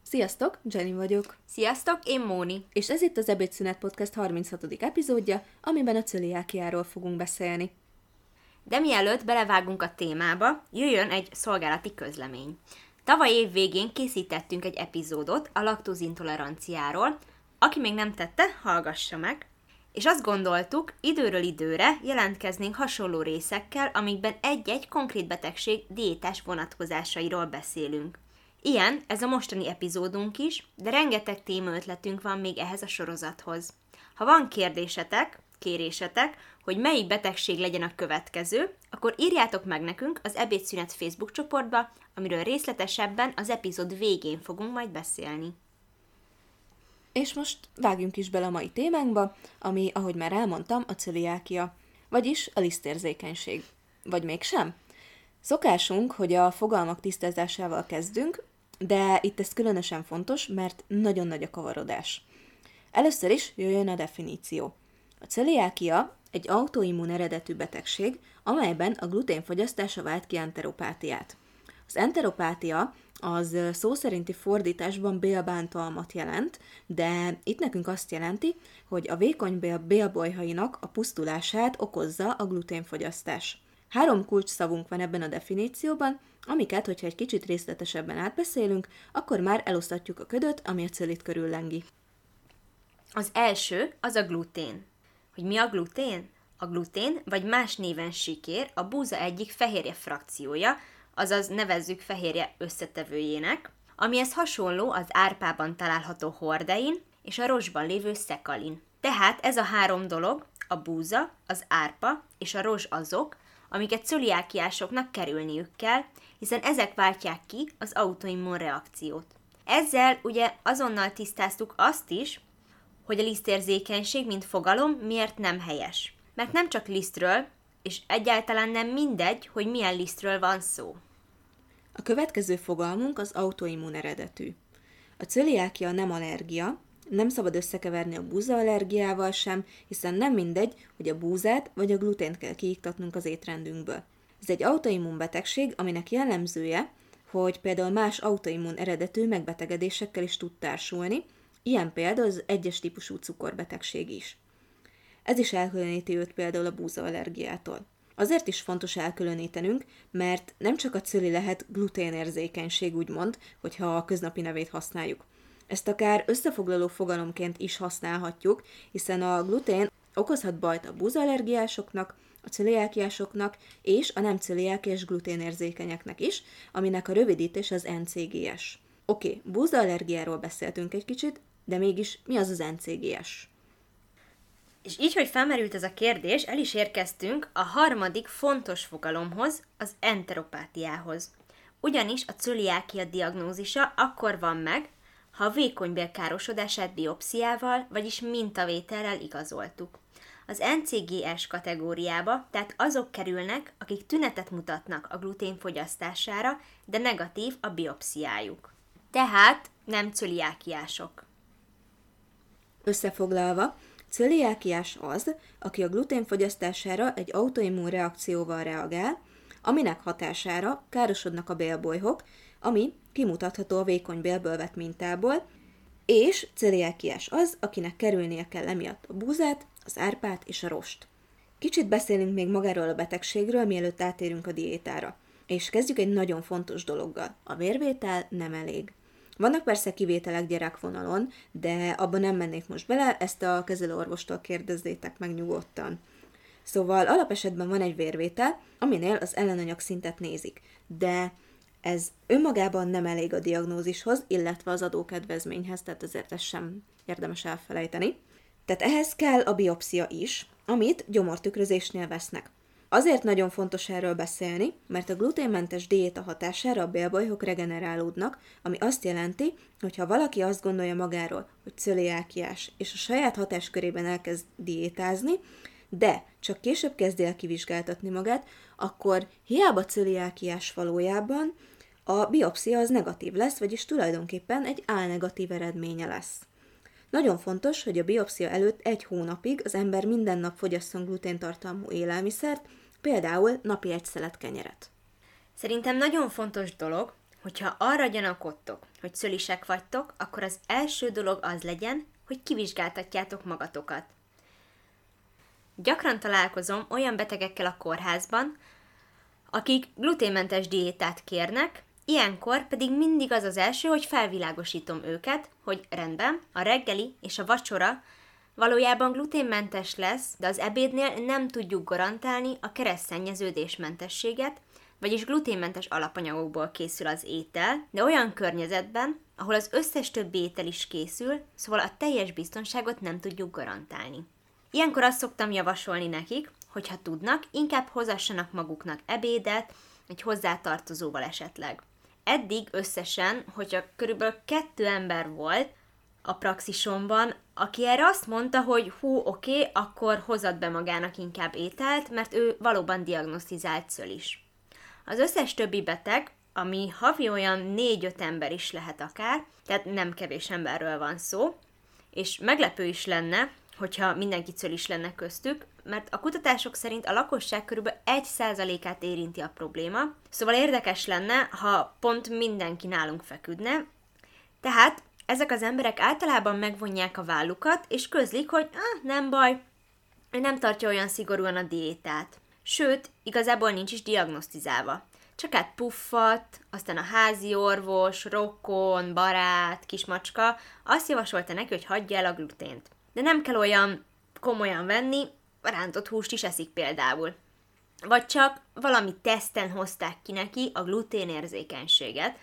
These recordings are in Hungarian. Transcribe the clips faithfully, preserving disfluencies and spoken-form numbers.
Sziasztok, Jenny vagyok. Sziasztok, én Móni. És ez itt az Ebédszünet Podcast harminchatodik epizódja, amiben a cöliákiáról fogunk beszélni. De mielőtt belevágunk a témába, jöjjön egy szolgálati közlemény. Tavaly év végén készítettünk egy epizódot a laktózintoleranciáról, aki még nem tette, hallgassa meg. És azt gondoltuk, időről időre jelentkeznénk hasonló részekkel, amikben egy-egy konkrét betegség diétás vonatkozásairól beszélünk. Ilyen ez a mostani epizódunk is, de rengeteg témaötletünk van még ehhez a sorozathoz. Ha van kérdésetek, kérésetek, hogy melyik betegség legyen a következő, akkor írjátok meg nekünk az Ebédszünet Facebook csoportba, amiről részletesebben az epizód végén fogunk majd beszélni. És most vágjunk is bele a mai témánkba, ami, ahogy már elmondtam, a cöliákia, vagyis a lisztérzékenység. Vagy mégsem? Szokásunk, hogy a fogalmak tisztázásával kezdünk, de itt ez különösen fontos, mert nagyon nagy a kavarodás. Először is jöjjön a definíció. A cöliákia egy autoimmun eredetű betegség, amelyben a gluténfogyasztása vált ki enteropátiát. Az enteropátia az szó szerinti fordításban bélbántalmat jelent, de itt nekünk azt jelenti, hogy a vékony bél bélbolyhainak a pusztulását okozza a gluténfogyasztás. Három kulcsszavunk van ebben a definícióban, amiket, hogyha egy kicsit részletesebben átbeszélünk, akkor már elosztatjuk a ködöt, ami a cölit körül lengi. Az első az a glutén. Hogy mi a glutén? A glutén, vagy más néven sikér, a búza egyik fehérje frakciója, azaz nevezzük fehérje összetevőjének, amihez hasonló az árpában található hordein és a rozsban lévő szekalin. Tehát ez a három dolog, a búza, az árpa és a rozs azok, amiket cöliákiásoknak kerülniük kell, hiszen ezek váltják ki az autoimmun reakciót. Ezzel ugye azonnal tisztáztuk azt is, hogy a lisztérzékenység, mint fogalom, miért nem helyes. Mert nem csak lisztről, és egyáltalán nem mindegy, hogy milyen lisztről van szó. A következő fogalmunk az autoimmun eredetű. A cöliákia nem allergia, nem szabad összekeverni a búzaallergiával sem, hiszen nem mindegy, hogy a búzát vagy a glutént kell kiiktatnunk az étrendünkből. Ez egy autoimmun betegség, aminek jellemzője, hogy például más autoimmun eredetű megbetegedésekkel is tud társulni, ilyen például az egyes típusú cukorbetegség is. Ez is elkülöníti őt például a búzaallergiától. Azért is fontos elkülönítenünk, mert nem csak a cöli lehet gluténérzékenység, úgymond, hogyha a köznapi nevét használjuk. Ezt akár összefoglaló fogalomként is használhatjuk, hiszen a glutén okozhat bajt a búzaallergiásoknak, a cöliákiásoknak és a nem cöliákiás gluténérzékenyeknek is, aminek a rövidítés az en cé gé es. Oké, okay, búzaallergiáról beszéltünk egy kicsit, de mégis mi az az en cé gé es? És így, hogy felmerült ez a kérdés, el is érkeztünk a harmadik fontos fogalomhoz, az enteropátiához. Ugyanis a cöliákia diagnózisa akkor van meg, ha a vékonybél károsodását biopsziával, vagyis mintavétellel igazoltuk. Az en cé gé es kategóriába tehát azok kerülnek, akik tünetet mutatnak a glutén fogyasztására, de negatív a biopsziájuk. Tehát nem cöliákiások. Összefoglalva, cöliákiás az, aki a glutén fogyasztására egy autoimmun reakcióval reagál, aminek hatására károsodnak a bélbolyhok, ami kimutatható a vékony bélből vett mintából, és cöliákiás az, akinek kerülnie kell emiatt a búzát, az árpát és a rost. Kicsit beszélünk még magáról a betegségről, mielőtt átérünk a diétára. És kezdjük egy nagyon fontos dologgal. A vérvétel nem elég. Vannak persze kivételek gyerekvonalon, de abban nem mennék most bele, ezt a kezelőorvostól kérdezzétek meg nyugodtan. Szóval alapesetben van egy vérvétel, aminél az ellenanyag szintet nézik, de ez önmagában nem elég a diagnózishoz, illetve az adókedvezményhez, tehát ezért ezt sem érdemes elfelejteni. Tehát ehhez kell a biopszia is, amit gyomortükrözésnél vesznek. Azért nagyon fontos erről beszélni, mert a gluténmentes diéta hatására a bélbolyhok regenerálódnak, ami azt jelenti, hogy ha valaki azt gondolja magáról, hogy cöliákiás, és a saját hatáskörében elkezd diétázni, de csak később kezd el kivizsgáltatni magát, akkor hiába cöliákiás valójában a biopszia az negatív lesz, vagyis tulajdonképpen egy álnegatív eredménye lesz. Nagyon fontos, hogy a biopszia előtt egy hónapig az ember minden nap fogyasszon gluténtartalmú élelmiszert, például napi egy szelet kenyeret. Szerintem nagyon fontos dolog, hogyha arra gyanakodtok, hogy szölisek vagytok, akkor az első dolog az legyen, hogy kivizsgáltatjátok magatokat. Gyakran találkozom olyan betegekkel a kórházban, akik gluténmentes diétát kérnek, ilyenkor pedig mindig az az első, hogy felvilágosítom őket, hogy rendben, a reggeli és a vacsora valójában gluténmentes lesz, de az ebédnél nem tudjuk garantálni a keresztszennyeződésmentességet, vagyis gluténmentes alapanyagokból készül az étel, de olyan környezetben, ahol az összes többi étel is készül, szóval a teljes biztonságot nem tudjuk garantálni. Ilyenkor azt szoktam javasolni nekik, hogy ha tudnak, inkább hozassanak maguknak ebédet, egy hozzátartozóval esetleg. Eddig összesen, hogyha körülbelül kettő ember volt a praxisomban, aki erre azt mondta, hogy hú, oké, okay, akkor hozzad be magának inkább ételt, mert ő valóban diagnosztizált szölis. Az összes többi beteg, ami havi olyan négy-öt ember is lehet akár, tehát nem kevés emberről van szó, és meglepő is lenne, hogyha mindenki szölis lenne köztük, mert a kutatások szerint a lakosság körülbelül egy százalékát érinti a probléma, szóval érdekes lenne, ha pont mindenki nálunk feküdne. Tehát ezek az emberek általában megvonják a vállukat, és közlik, hogy ah, nem baj, ő nem tartja olyan szigorúan a diétát. Sőt, igazából nincs is diagnosztizálva. Csak át puffat, aztán a házi orvos, rokon, barát, kismacska azt javasolta neki, hogy hagyja el a glutént. De nem kell olyan komolyan venni, rántott húst is eszik például. Vagy csak valami teszten hozták ki neki a gluténérzékenységet,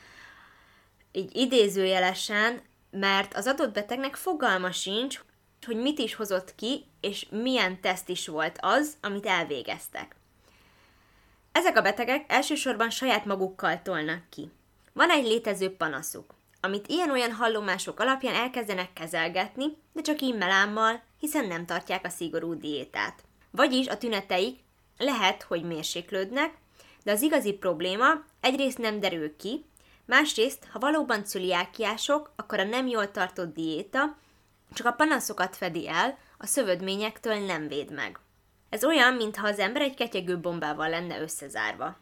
így idézőjelesen, mert az adott betegnek fogalma sincs, hogy mit is hozott ki, és milyen teszt is volt az, amit elvégeztek. Ezek a betegek elsősorban saját magukkal tolnak ki. Van egy létező panaszuk, amit ilyen-olyan hallomások alapján elkezdenek kezelgetni, de csak immelámmal, hiszen nem tartják a szigorú diétát. Vagyis a tüneteik lehet, hogy mérséklődnek, de az igazi probléma egyrészt nem derül ki, másrészt, ha valóban cöliákiások, akkor a nem jól tartott diéta csak a panaszokat fedi el, a szövődményektől nem véd meg. Ez olyan, mintha az ember egy ketyegő bombával lenne összezárva.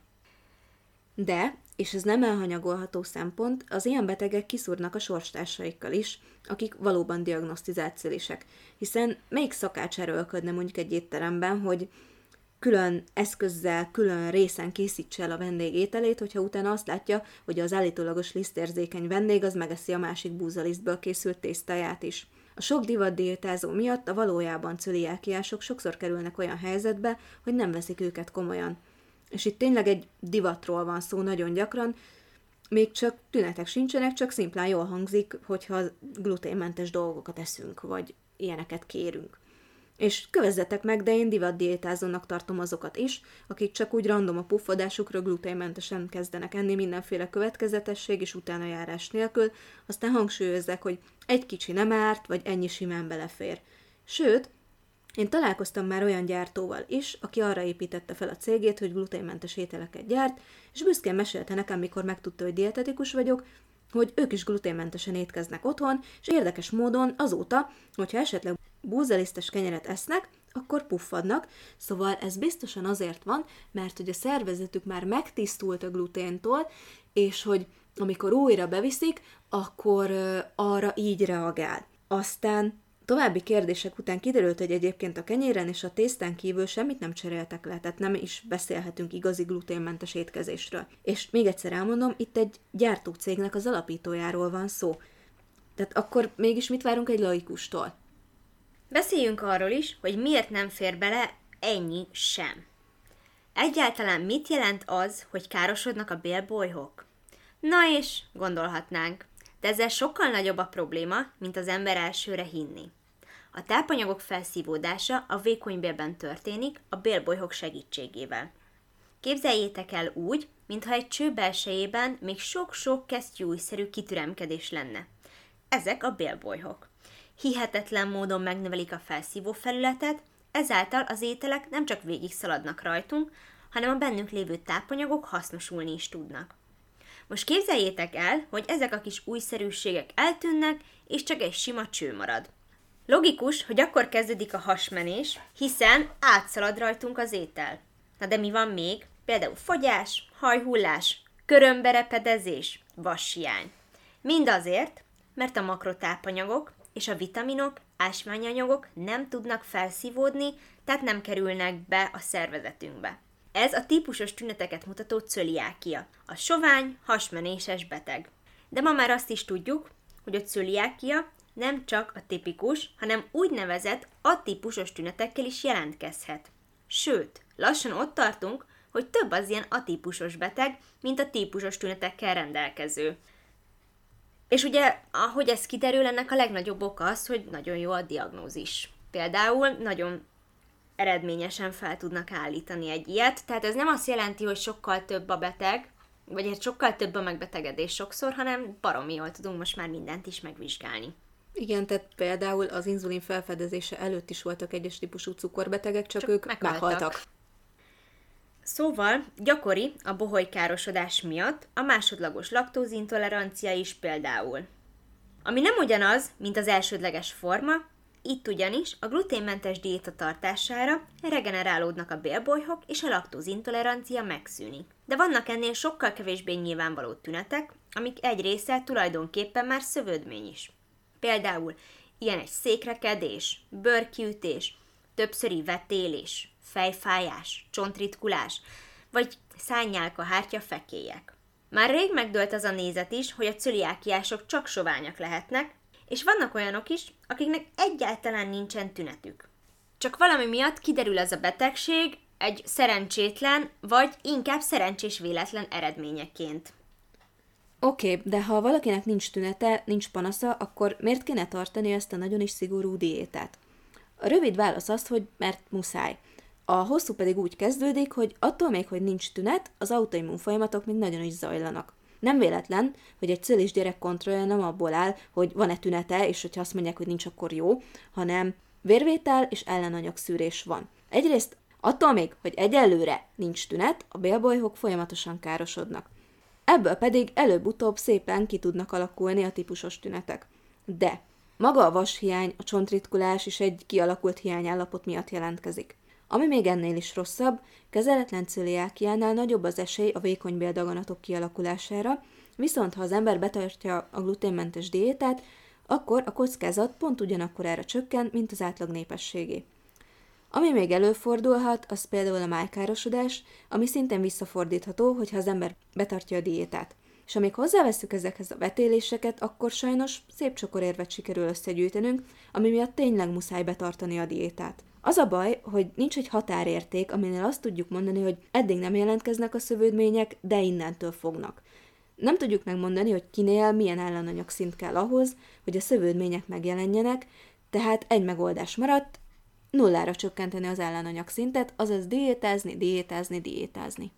De, és ez nem elhanyagolható szempont, az ilyen betegek kiszúrnak a sorstársaikkal is, akik valóban diagnosztizált szölisek. Hiszen melyik szakács erőlködne mondjuk egy étteremben, hogy külön eszközzel, külön részen készítse el a vendég ételét, hogyha utána azt látja, hogy az állítólagos lisztérzékeny vendég az megeszi a másik búzalisztből készült tésztáját is. A sok divat diétázó miatt a valójában cöliákiások sokszor kerülnek olyan helyzetbe, hogy nem veszik őket komolyan. És itt tényleg egy divatról van szó nagyon gyakran, még csak tünetek sincsenek, csak szimplán jól hangzik, hogyha gluténmentes dolgokat eszünk, vagy ilyeneket kérünk. És kövezzetek meg, de én divatdiétázónak tartom azokat is, akik csak úgy random a puffadásukra gluténmentesen kezdenek enni mindenféle következetesség és utánajárás nélkül, aztán hangsúlyozzák, hogy egy kicsi nem árt, vagy ennyi simán belefér. Sőt, én találkoztam már olyan gyártóval is, aki arra építette fel a cégét, hogy gluténmentes ételeket gyárt, és büszkén mesélte nekem, mikor megtudta, hogy dietetikus vagyok, hogy ők is gluténmentesen étkeznek otthon, és érdekes módon azóta, hogyha esetleg búzalisztes kenyeret esznek, akkor puffadnak, szóval ez biztosan azért van, mert hogy a szervezetük már megtisztult a gluténtól, és hogy amikor újra beviszik, akkor uh, arra így reagál. Aztán további kérdések után kiderült, hogy egyébként a kenyéren és a tésztán kívül semmit nem cseréltek le, tehát nem is beszélhetünk igazi gluténmentes étkezésről. És még egyszer elmondom, itt egy gyártócégnek az alapítójáról van szó. Tehát akkor mégis mit várunk egy laikustól? Beszéljünk arról is, hogy miért nem fér bele ennyi sem. Egyáltalán mit jelent az, hogy károsodnak a bélbolyhok? Na és gondolhatnánk, de ezzel sokkal nagyobb a probléma, mint az ember elsőre hinni. A tápanyagok felszívódása a vékonybélben történik a bélbolyhok segítségével. Képzeljétek el úgy, mintha egy cső belsejében még sok-sok kesztyűújszerű kitüremkedés lenne. Ezek a bélbolyhok. Hihetetlen módon megnövelik a felszívó felületet, ezáltal az ételek nem csak végig szaladnak rajtunk, hanem a bennünk lévő tápanyagok hasznosulni is tudnak. Most képzeljétek el, hogy ezek a kis újszerűségek eltűnnek, és csak egy sima cső marad. Logikus, hogy akkor kezdődik a hasmenés, hiszen átszalad rajtunk az étel. Na de mi van még? Például fogyás, hajhullás, körömberepedezés, vashiány. Mind azért, mert a makrotápanyagok és a vitaminok, ásványanyagok nem tudnak felszívódni, tehát nem kerülnek be a szervezetünkbe. Ez a típusos tüneteket mutató cöliákia, a sovány, hasmenéses beteg. De ma már azt is tudjuk, hogy a cöliákia nem csak a tipikus, hanem úgynevezett atípusos tünetekkel is jelentkezhet. Sőt, lassan ott tartunk, hogy több az ilyen atípusos beteg, mint a típusos tünetekkel rendelkező. És ugye, ahogy ez kiderül, ennek a legnagyobb oka az, hogy nagyon jó a diagnózis. Például nagyon eredményesen fel tudnak állítani egy ilyet, tehát ez nem azt jelenti, hogy sokkal több a beteg, vagy hát sokkal több a megbetegedés sokszor, hanem baromi jól tudunk most már mindent is megvizsgálni. Igen, tehát például az inzulin felfedezése előtt is voltak egyes típusú cukorbetegek, csak, csak ők meghaltak. meghaltak. Szóval gyakori a bohólykárosodás miatt a másodlagos laktózintolerancia is például. Ami nem ugyanaz, mint az elsődleges forma, itt ugyanis a gluténmentes diéta tartására regenerálódnak a bélbolyhok és a laktózintolerancia megszűnik. De vannak ennél sokkal kevésbé nyilvánvaló tünetek, amik egy része tulajdonképpen már szövődmény is. Például ilyen egy székrekedés, bőrkiütés, többszöri vetélés, fejfájás, csontritkulás, vagy szánnyálka hártya fekélyek. Már rég megdőlt az a nézet is, hogy a cöliákiások csak soványak lehetnek, és vannak olyanok is, akiknek egyáltalán nincsen tünetük. Csak valami miatt kiderül ez a betegség egy szerencsétlen, vagy inkább szerencsés véletlen eredményeként. Oké, okay, de ha valakinek nincs tünete, nincs panasza, akkor miért kéne tartani ezt a nagyon is szigorú diétát? A rövid válasz az, hogy mert muszáj. A hosszú pedig úgy kezdődik, hogy attól még, hogy nincs tünet, az autoimmun folyamatok még nagyon is zajlanak. Nem véletlen, hogy egy cölis gyerek kontrollja nem abból áll, hogy van-e tünete, és hogyha azt mondják, hogy nincs, akkor jó, hanem vérvétel és ellenanyagszűrés van. Egyrészt attól még, hogy egyelőre nincs tünet, a bélbolyhok folyamatosan károsodnak. Ebből pedig előbb-utóbb szépen ki tudnak alakulni a típusos tünetek. De maga a vashiány, a csontritkulás is egy kialakult hiányállapot miatt jelentkezik. Ami még ennél is rosszabb, kezeletlen cöliákiánál nagyobb az esély a vékony béldaganatok kialakulására, viszont ha az ember betartja a gluténmentes diétát, akkor a kockázat pont ugyanakkorára csökken, mint az átlag népességé. Ami még előfordulhat, az például a májkárosodás, ami szintén visszafordítható, hogyha az ember betartja a diétát. És amíg hozzáveszünk ezekhez a vetéléseket, akkor sajnos szép csokor érvet sikerül összegyűjtenünk, ami miatt tényleg muszáj betartani a diétát. Az a baj, hogy nincs egy határérték, aminél azt tudjuk mondani, hogy eddig nem jelentkeznek a szövődmények, de innentől fognak. Nem tudjuk megmondani, hogy kinél milyen ellenanyag szint kell ahhoz, hogy a szövődmények megjelenjenek, tehát egy megoldás maradt, nullára csökkenteni az ellenanyag szintet, azaz diétázni, diétázni, diétázni.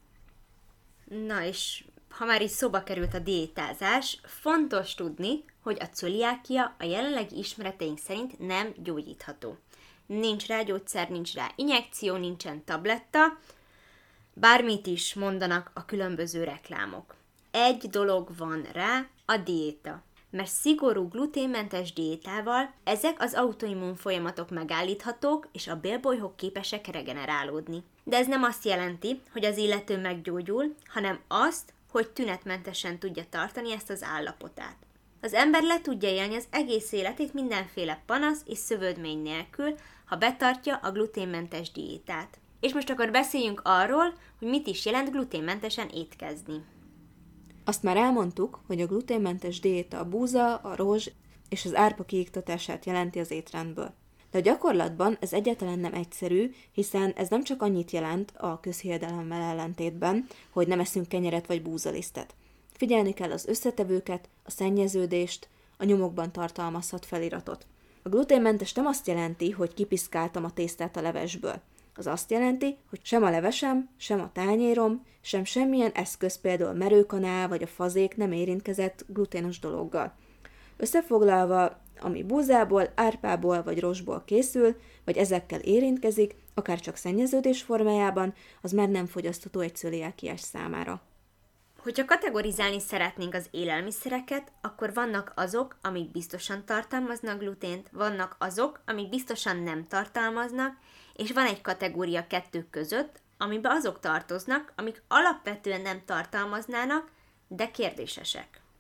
Na és ha már így szóba került a diétázás, fontos tudni, hogy a cöliákia a jelenlegi ismereteink szerint nem gyógyítható. Nincs rá gyógyszer, nincs rá injekció, nincsen tabletta, bármit is mondanak a különböző reklámok. Egy dolog van rá, a diéta. Mert szigorú gluténmentes diétával ezek az autoimmun folyamatok megállíthatók, és a bélbolyhok képesek regenerálódni. De ez nem azt jelenti, hogy az illető meggyógyul, hanem azt, hogy tünetmentesen tudja tartani ezt az állapotát. Az ember le tudja élni az egész életét mindenféle panasz és szövődmény nélkül, ha betartja a gluténmentes diétát. És most akkor beszéljünk arról, hogy mit is jelent gluténmentesen étkezni. Azt már elmondtuk, hogy a gluténmentes diéta a búza, a rozs és az árpa kiiktatását jelenti az étrendből. De a gyakorlatban ez egyáltalán nem egyszerű, hiszen ez nem csak annyit jelent a közhiedelemmel ellentétben, hogy nem eszünk kenyeret vagy búzalisztet. Figyelni kell az összetevőket, a szennyeződést, a nyomokban tartalmazhat feliratot. A gluténmentes nem azt jelenti, hogy kipiszkáltam a tésztát a levesből. Az azt jelenti, hogy sem a levesem, sem a tányérom, sem semmilyen eszköz, például merőkanál vagy a fazék nem érintkezett gluténos dologgal. Összefoglalva, ami búzából, árpából vagy rozsból készül, vagy ezekkel érintkezik, akár csak szennyeződés formájában, az már nem fogyasztható egy cöliákiás számára. Hogyha kategorizálni szeretnénk az élelmiszereket, akkor vannak azok, amik biztosan tartalmaznak glutént, vannak azok, amik biztosan nem tartalmaznak, és van egy kategória kettő között, amiben azok tartoznak, amik alapvetően nem tartalmaznának, de kérdésesek.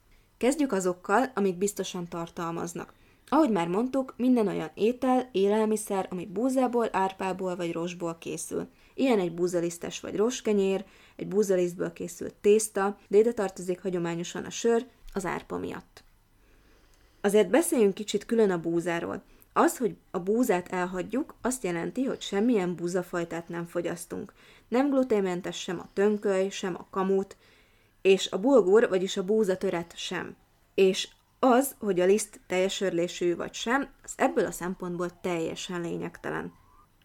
Kezdjük azokkal, amik biztosan tartalmaznak. Ahogy már mondtuk, minden olyan étel, élelmiszer, ami búzából, árpából vagy rostból készül. Ilyen egy búzalisztes vagy rostkenyér, egy búzalisztből készült tészta, de ide tartozik hagyományosan a sör, az árpa miatt. Azért beszéljünk kicsit külön a búzáról. Az, hogy a búzát elhagyjuk, azt jelenti, hogy semmilyen búzafajtát nem fogyasztunk. Nem gluténmentes sem a tönköly, sem a kamut, és a bulgur, vagyis a búzatöret sem. És az, hogy a liszt teljes örlésű vagy sem, az ebből a szempontból teljesen lényegtelen.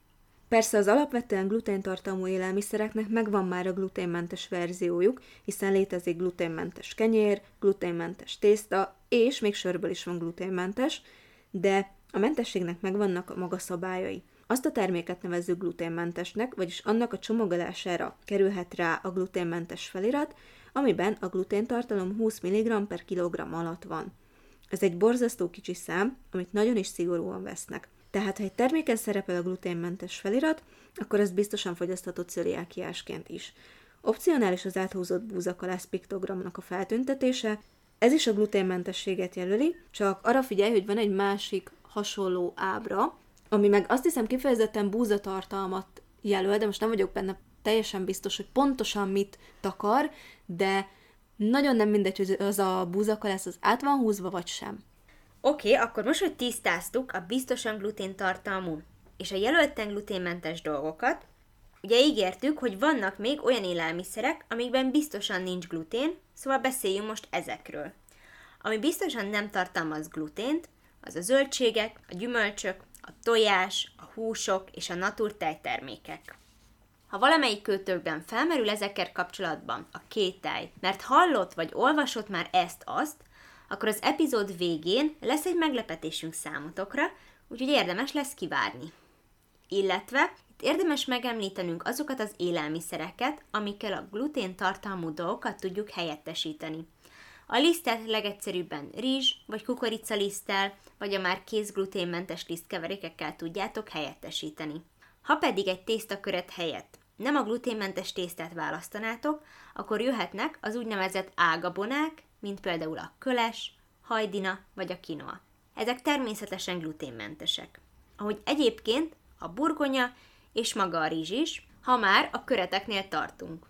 Persze az alapvetően gluténtartalmú élelmiszereknek megvan már a gluténmentes verziójuk, hiszen létezik gluténmentes kenyér, gluténmentes tészta, és még sörből is van gluténmentes, de a mentességnek megvannak a maga szabályai. Azt a terméket nevezzük gluténmentesnek, vagyis annak a csomagolására kerülhet rá a gluténmentes felirat, amiben a gluténtartalom húsz milligramm per kilogramm alatt van. Ez egy borzasztó kicsi szám, amit nagyon is szigorúan vesznek. Tehát, ha egy terméken szerepel a gluténmentes felirat, akkor ez biztosan fogyasztható cöliákiásként is. Opcionális az áthúzott búzakalász piktogramnak a feltüntetése, ez is a gluténmentességet jelöli, csak arra figyelj, hogy van egy másik hasonló ábra, ami meg azt hiszem kifejezetten búzatartalmat jelöl, de most nem vagyok benne teljesen biztos, hogy pontosan mit takar, de nagyon nem mindegy, hogy az a búzakalász az át van húzva, vagy sem. Oké, okay, akkor most, hogy tisztáztuk a biztosan gluténtartalmú és a jelölten gluténmentes dolgokat, ugye ígértük, hogy vannak még olyan élelmiszerek, amikben biztosan nincs glutén, szóval beszéljünk most ezekről. Ami biztosan nem tartalmaz glutént, az a zöldségek, a gyümölcsök, a tojás, a húsok és a naturtejtermékek. Ha valamelyik kötőkben felmerül ezekkel kapcsolatban a kételj, mert hallott vagy olvasott már ezt-azt, akkor az epizód végén lesz egy meglepetésünk számotokra, úgyhogy érdemes lesz kivárni. Illetve itt érdemes megemlítenünk azokat az élelmiszereket, amikkel a gluténtartalmú dolgokat tudjuk helyettesíteni. A lisztet legegyszerűbben rizs vagy kukoricaliszttel, vagy a már kész gluténmentes lisztkeverékekkel tudjátok helyettesíteni. Ha pedig egy tésztaköret helyett nem a gluténmentes tésztát választanátok, akkor jöhetnek az úgynevezett ágabonák, mint például a köles, hajdina vagy a kinoa. Ezek természetesen gluténmentesek. Ahogy egyébként a burgonya és maga a rizs is, ha már a köreteknél tartunk.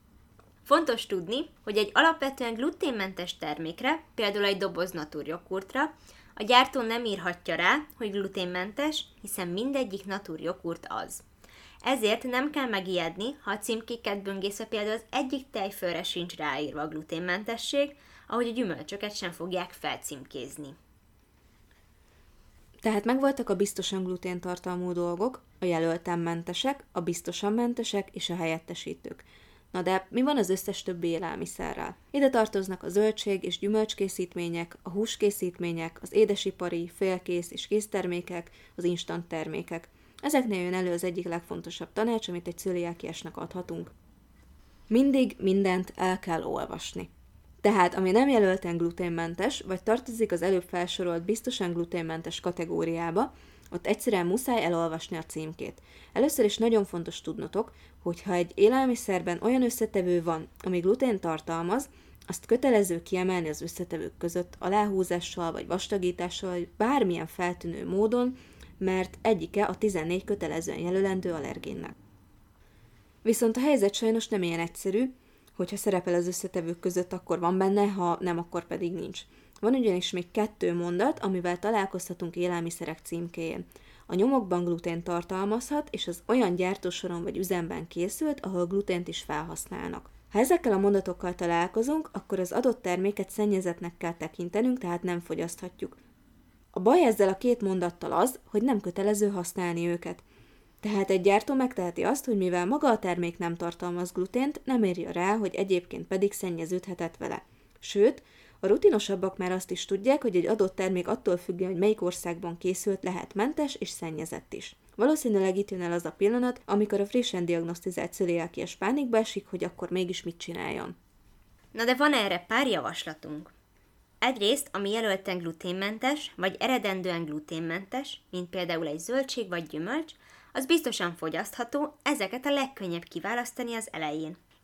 Fontos tudni, hogy egy alapvetően gluténmentes termékre, például egy doboz naturjoghurtra, a gyártó nem írhatja rá, hogy gluténmentes, hiszen mindegyik naturjoghurt az. Ezért nem kell megijedni, ha a címkéket böngészve például az egyik tejfölre sincs ráírva a gluténmentesség, ahogy a gyümölcsöket sem fogják felcímkézni. Tehát megvoltak a biztosan gluténtartalmú dolgok, a jelölten mentesek, a biztosan mentesek és a helyettesítők. Na de mi van az összes többi élelmiszerrel? Ide tartoznak a zöldség és gyümölcskészítmények, a húskészítmények, az édesipari, félkész és késztermékek, az instant termékek. Ezeknél jön elő az egyik legfontosabb tanács, amit egy cöliákiásnak adhatunk. Mindig mindent el kell olvasni. Tehát, ami nem jelölten gluténmentes, vagy tartozik az előbb felsorolt biztosan gluténmentes kategóriába, ott egyszerűen muszáj elolvasni a címkét. Először is nagyon fontos tudnotok, hogy ha egy élelmiszerben olyan összetevő van, ami glutén tartalmaz, azt kötelező kiemelni az összetevők között aláhúzással vagy vastagítással, vagy bármilyen feltűnő módon, mert egyike a tizennégy kötelezően jelölendő allergénnek. Viszont a helyzet sajnos nem ilyen egyszerű, hogyha szerepel az összetevők között, akkor van benne, ha nem, akkor pedig nincs. Van ugyanis még kettő mondat, amivel találkozhatunk élelmiszerek címkéjén. A nyomokban glutén tartalmazhat, és az olyan gyártósoron vagy üzemben készült, ahol glutént is felhasználnak. Ha ezekkel a mondatokkal találkozunk, akkor az adott terméket szennyezettnek kell tekintenünk, tehát nem fogyaszthatjuk. A baj ezzel a két mondattal az, hogy nem kötelező használni őket. Tehát egy gyártó megteheti azt, hogy mivel maga a termék nem tartalmaz glutént, nem írja rá, hogy egyébként pedig szennyeződhetett vele. Sőt, a rutinosabbak már azt is tudják, hogy egy adott termék attól függően, hogy melyik országban készült, lehet mentes és szennyezett is. Valószínűleg itt jön el az a pillanat, amikor a frissen diagnosztizált cöliákiás pánikba esik, hogy akkor mégis mit csináljon. Na de van erre pár javaslatunk. Egyrészt, ami jelölten gluténmentes, vagy eredendően gluténmentes, mint például egy zöldség vagy gyümölcs, az biztosan fogyasztható, ezeket a legkönnyebb kiválasztani az elején.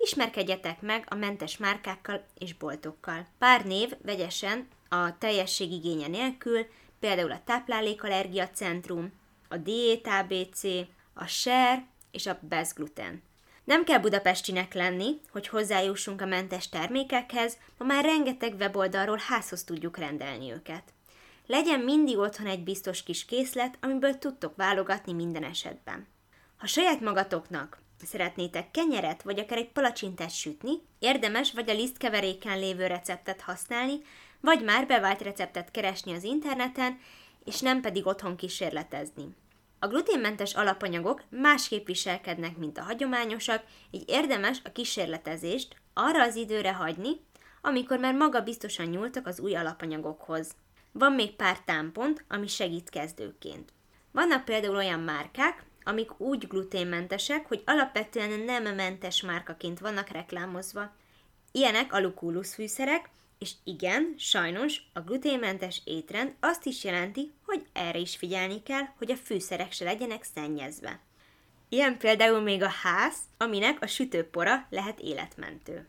ismerkedjetek meg a mentes márkákkal és boltokkal. Pár név vegyesen a teljesség igénye nélkül, például a Táplálékallergia Centrum, a Diét á bé cé, a Share és a Best Gluten. Nem kell budapestinek lenni, hogy hozzájussunk a mentes termékekhez, ma már rengeteg weboldalról házhoz tudjuk rendelni őket. Legyen mindig otthon egy biztos kis készlet, amiből tudtok válogatni minden esetben. Ha saját magatoknak szeretnétek kenyeret, vagy akár egy palacsintát sütni, érdemes vagy a lisztkeveréken lévő receptet használni, vagy már bevált receptet keresni az interneten, és nem pedig otthon kísérletezni. A gluténmentes alapanyagok másképp viselkednek, mint a hagyományosak, így érdemes a kísérletezést arra az időre hagyni, amikor már maga biztosan nyúltak az új alapanyagokhoz. Van még pár támpont, ami segít kezdőként. Vannak például olyan márkák, amik úgy gluténmentesek, hogy alapvetően nem mentes márkaként vannak reklámozva. Ilyenek a Lucullus fűszerek, és igen, sajnos a gluténmentes étrend azt is jelenti, hogy erre is figyelni kell, hogy a fűszerek se legyenek szennyezve. Ilyen például még a ház, aminek a sütőpora lehet életmentő.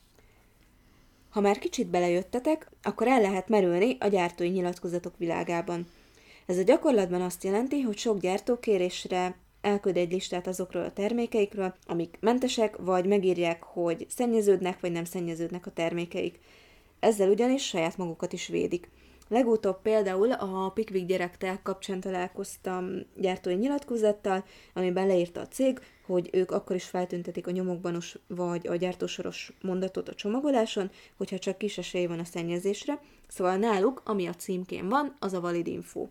Ha már kicsit belejöttetek, akkor el lehet merülni a gyártói nyilatkozatok világában. Ez a gyakorlatban azt jelenti, hogy sok gyártó kérésre elküld egy listát azokról a termékeikről, amik mentesek, vagy megírják, hogy szennyeződnek, vagy nem szennyeződnek a termékeik. Ezzel ugyanis saját magukat is védik. Legutóbb például a Pikvik gyerektel kapcsán találkoztam gyártói nyilatkozattal, amiben leírta a cég, hogy ők akkor is feltüntetik a nyomokbanos vagy a gyártósoros mondatot a csomagoláson, hogyha csak kis esély van a szennyezésre, szóval náluk, ami a címkén van, az a valid info.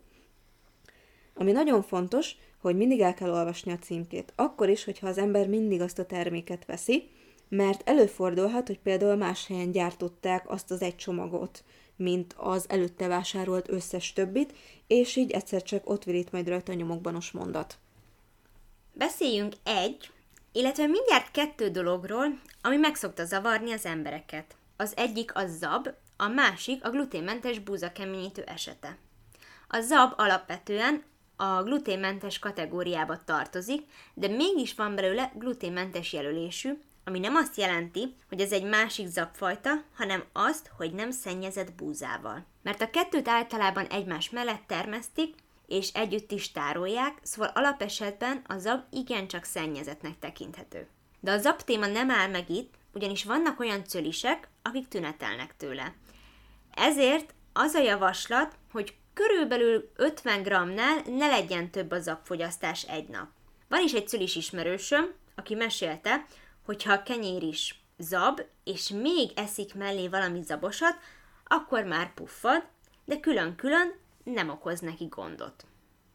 Ami nagyon fontos, hogy mindig el kell olvasni a címkét, akkor is, hogyha az ember mindig azt a terméket veszi, mert előfordulhat, hogy például más helyen gyártották azt az egy csomagot, mint az előtte vásárolt összes többit, és így egyszer csak ott virít majd rajta a nyomokbanos mondat. Beszéljünk egy, illetve mindjárt kettő dologról, ami meg szokta zavarni az embereket. Az egyik a zab, a másik a gluténmentes búzakeményítő esete. A zab alapvetően a gluténmentes kategóriába tartozik, de mégis van belőle gluténmentes jelölésű, ami nem azt jelenti, hogy ez egy másik zabfajta, hanem azt, hogy nem szennyezett búzával. Mert a kettőt általában egymás mellett termesztik, és együtt is tárolják, szóval alapesetben a zab igencsak szennyezettnek tekinthető. De a zab téma nem áll meg itt, ugyanis vannak olyan cölisek, akik tünetelnek tőle. Ezért az a javaslat, hogy körülbelül ötven grammnál ne legyen több a zabfogyasztás egy nap. Van is egy cölis ismerősöm, aki mesélte, hogyha a kenyér is zab, és még eszik mellé valami zabosat, akkor már puffad, de külön-külön nem okoz neki gondot.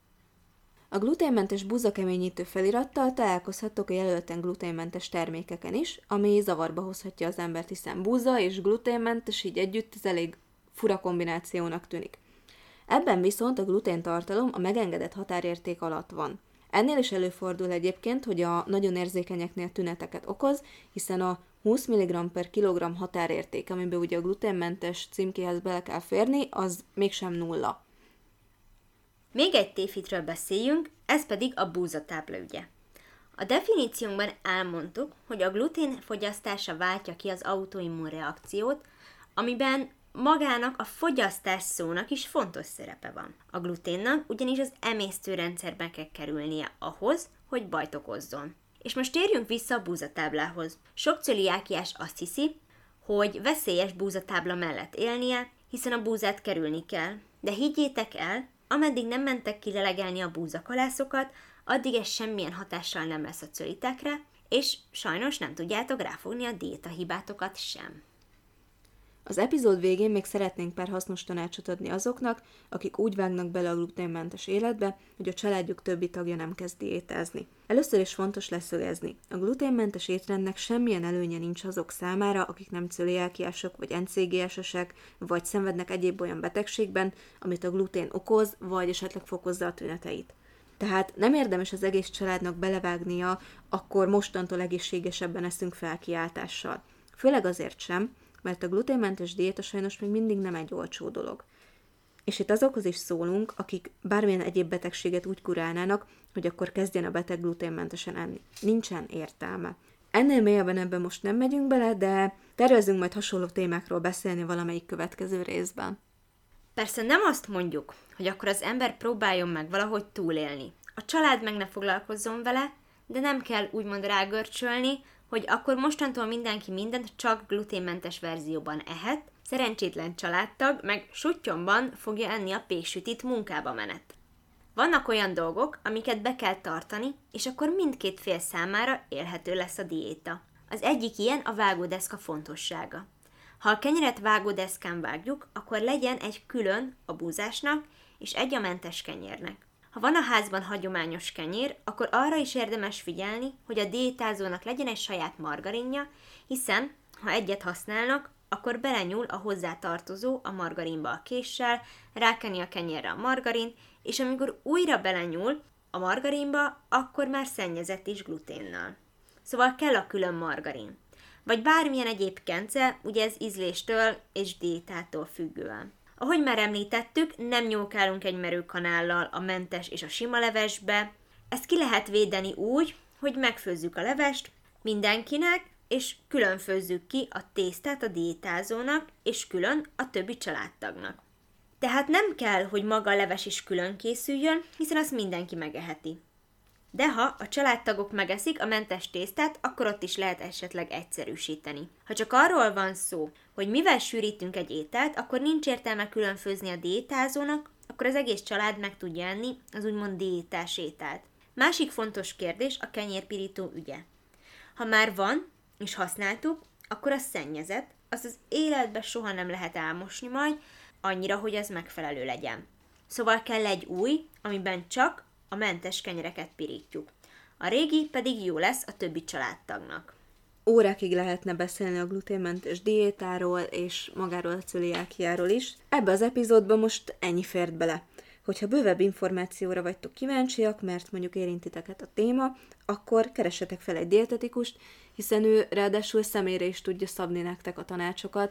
A gluténmentes búzakeményítő felirattal találkozhattok a jelölten gluténmentes termékeken is, ami zavarba hozhatja az embert, hiszen búza és gluténmentes így együtt ez elég fura kombinációnak tűnik. Ebben viszont a gluténtartalom a megengedett határérték alatt van. Ennél is előfordul egyébként, hogy a nagyon érzékenyeknél tüneteket okoz, hiszen a húsz milligramm per kilogramm határérték, amiben ugye a gluténmentes címkéhez bele kell férni, az mégsem nulla. Még egy tévhitről beszéljünk, ez pedig a búzatábla ügye. A definíciónkban elmondtuk, hogy a glutén fogyasztása váltja ki az autoimmunreakciót, amiben magának a fogyasztás szónak is fontos szerepe van. A gluténnak ugyanis az emésztőrendszerbe kell kerülnie ahhoz, hogy bajt okozzon. És most térjünk vissza a búzatáblához. Sok cöliákiás azt hiszi, hogy veszélyes búzatábla mellett élnie, hiszen a búzát kerülni kell. De higgyétek el, ameddig nem mentek ki lelegelni a búzakalászokat, addig ez semmilyen hatással nem lesz a cölitekre, és sajnos nem tudjátok ráfogni a diétahibátokat sem. Az epizód végén még szeretnénk pár hasznos tanácsot adni azoknak, akik úgy vágnak bele a gluténmentes életbe, hogy a családjuk többi tagja nem kezd diétázni. Először is fontos leszögezni. A gluténmentes étrendnek semmilyen előnye nincs azok számára, akik nem cöliákiások vagy en cé gé es-esek, vagy szenvednek egyéb olyan betegségben, amit a glutén okoz, vagy esetleg fokozza a tüneteit. Tehát nem érdemes az egész családnak belevágnia, akkor mostantól egészségesebben eszünk felkiáltással. Főleg azért sem, mert a gluténmentes diéta sajnos még mindig nem egy olcsó dolog. És itt azokhoz is szólunk, akik bármilyen egyéb betegséget úgy kurálnának, hogy akkor kezdjen a beteg gluténmentesen enni. Nincsen értelme. Ennél mélyebben ebben most nem megyünk bele, de tervezünk majd hasonló témákról beszélni valamelyik következő részben. Persze nem azt mondjuk, hogy akkor az ember próbáljon meg valahogy túlélni. A család meg ne foglalkozzon vele, de nem kell úgymond rágörcsölni, hogy akkor mostantól mindenki mindent csak gluténmentes verzióban ehet, szerencsétlen családtag meg suttyomban fogja enni a péksütit munkába menet. Vannak olyan dolgok, amiket be kell tartani, és akkor mindkét fél számára élhető lesz a diéta. Az egyik ilyen a vágódeszka fontossága. Ha a kenyeret vágódeszkán vágjuk, akkor legyen egy külön a búzásnak, és egy a mentes kenyérnek. Ha van a házban hagyományos kenyér, akkor arra is érdemes figyelni, hogy a diétázónak legyen egy saját margarinja, hiszen ha egyet használnak, akkor belenyúl a hozzátartozó a margarinba a késsel, rákeni a kenyérre a margarint, és amikor újra belenyúl a margarinba, akkor már szennyezett is gluténnal. Szóval kell a külön margarin. Vagy bármilyen egyéb kence, ugye ez ízléstől és diétától függően. Ahogy már említettük, nem nyókálunk egy merőkanállal a mentes és a sima levesbe. Ezt ki lehet védeni úgy, hogy megfőzzük a levest mindenkinek, és külön főzzük ki a tésztát a diétázónak, és külön a többi családtagnak. Tehát nem kell, hogy maga a leves is külön készüljön, hiszen azt mindenki megeheti. De ha a családtagok megeszik a mentes tésztát, akkor ott is lehet esetleg egyszerűsíteni. Ha csak arról van szó, hogy mivel sűrítünk egy ételt, akkor nincs értelme külön főzni a diétázónak, akkor az egész család meg tudja enni az úgymond diétás ételt. Másik fontos kérdés a kenyérpirító ügye. Ha már van, és használtuk, akkor az szennyezett, azt az életben soha nem lehet elmosni majd, annyira, hogy ez megfelelő legyen. Szóval kell egy új, amiben csak a mentes kenyereket pirítjuk. A régi pedig jó lesz a többi családtagnak. Órákig lehetne beszélni a gluténmentes diétáról és magáról a cöliákiáról is. Ebbe az epizódban most ennyi fért bele. Hogyha bővebb információra vagytok kíváncsiak, mert mondjuk érintiteket a téma, akkor keressetek fel egy dietetikust, hiszen ő ráadásul személyre is tudja szabni nektek a tanácsokat.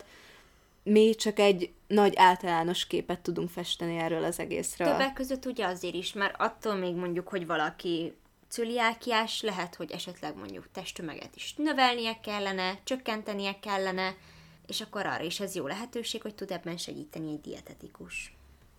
Mi csak egy nagy általános képet tudunk festeni erről az egészről. Többek között ugye azért is, mert attól még mondjuk, hogy valaki cöliákiás, lehet, hogy esetleg mondjuk testtömeget is növelnie kellene, csökkentenie kellene, és akkor arra is ez jó lehetőség, hogy tud ebben segíteni egy dietetikus.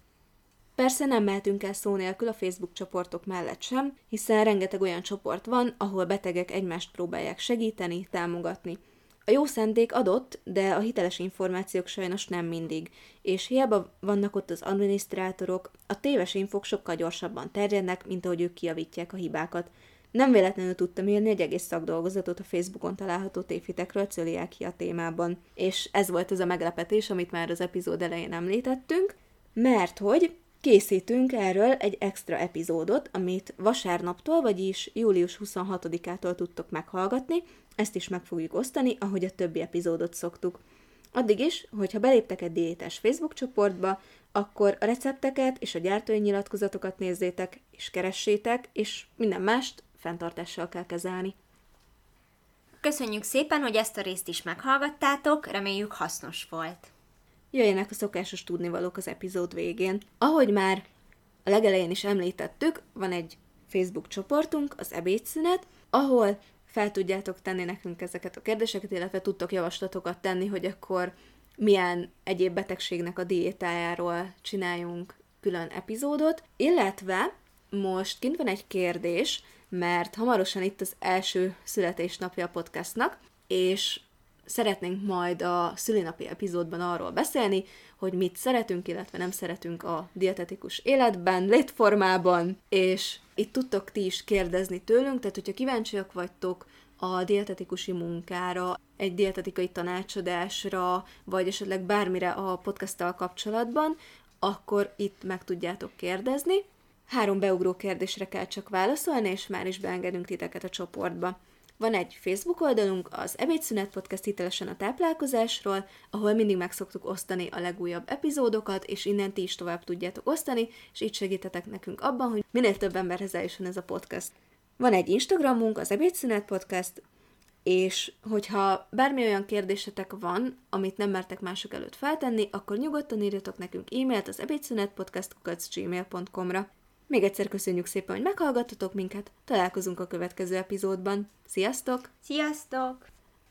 Persze nem mehetünk el szó nélkül a Facebook csoportok mellett sem, hiszen rengeteg olyan csoport van, ahol betegek egymást próbálják segíteni, támogatni. A jó szándék adott, de a hiteles információk sajnos nem mindig, és hiába vannak ott az adminisztrátorok, a téves infók sokkal gyorsabban terjednek, mint ahogy ők kijavítják a hibákat. Nem véletlenül tudtam írni egy egész szakdolgozatot a Facebookon található tévhitekről cöliákia témában, és ez volt az a meglepetés, amit már az epizód elején említettünk, mert hogy készítünk erről egy extra epizódot, amit vasárnaptól, vagyis július huszonhatodikától tudtok meghallgatni, ezt is meg fogjuk osztani, ahogy a többi epizódot szoktuk. Addig is, hogyha beléptek egy diétás Facebook csoportba, akkor a recepteket és a gyártói nyilatkozatokat nézzétek, és keressétek, és minden mást fenntartással kell kezelni. Köszönjük szépen, hogy ezt a részt is meghallgattátok, reméljük hasznos volt. Jöjjenek a szokásos tudnivalók az epizód végén. Ahogy már a legelején is említettük, van egy Facebook csoportunk, az ebédszünet, ahol fel tudjátok tenni nekünk ezeket a kérdéseket, illetve tudtok javaslatokat tenni, hogy akkor milyen egyéb betegségnek a diétájáról csináljunk külön epizódot, illetve most kint van egy kérdés, mert hamarosan itt az első születésnapja a podcastnak, és szeretnénk majd a szülinapi epizódban arról beszélni, hogy mit szeretünk, illetve nem szeretünk a dietetikus életben, létformában, és itt tudtok ti is kérdezni tőlünk, tehát hogyha kíváncsiak vagytok a dietetikusi munkára, egy dietetikai tanácsadásra, vagy esetleg bármire a podcasttal kapcsolatban, akkor itt meg tudjátok kérdezni. Három beugró kérdésre kell csak válaszolni, és már is beengedünk titeket a csoportba. Van egy Facebook oldalunk, az Ebédszünet Podcast hitelesen a táplálkozásról, ahol mindig meg szoktuk osztani a legújabb epizódokat, és innen ti is tovább tudjátok osztani, és így segítetek nekünk abban, hogy minél több emberhez eljusson ez a podcast. Van egy Instagramunk, az Ebédszünet Podcast, és hogyha bármi olyan kérdésetek van, amit nem mertek mások előtt feltenni, akkor nyugodtan írjatok nekünk e-mailt az ebédszünetpodcast kukac gmail pont com-ra. Még egyszer köszönjük szépen, hogy meghallgattatok minket, találkozunk a következő epizódban. Sziasztok! Sziasztok!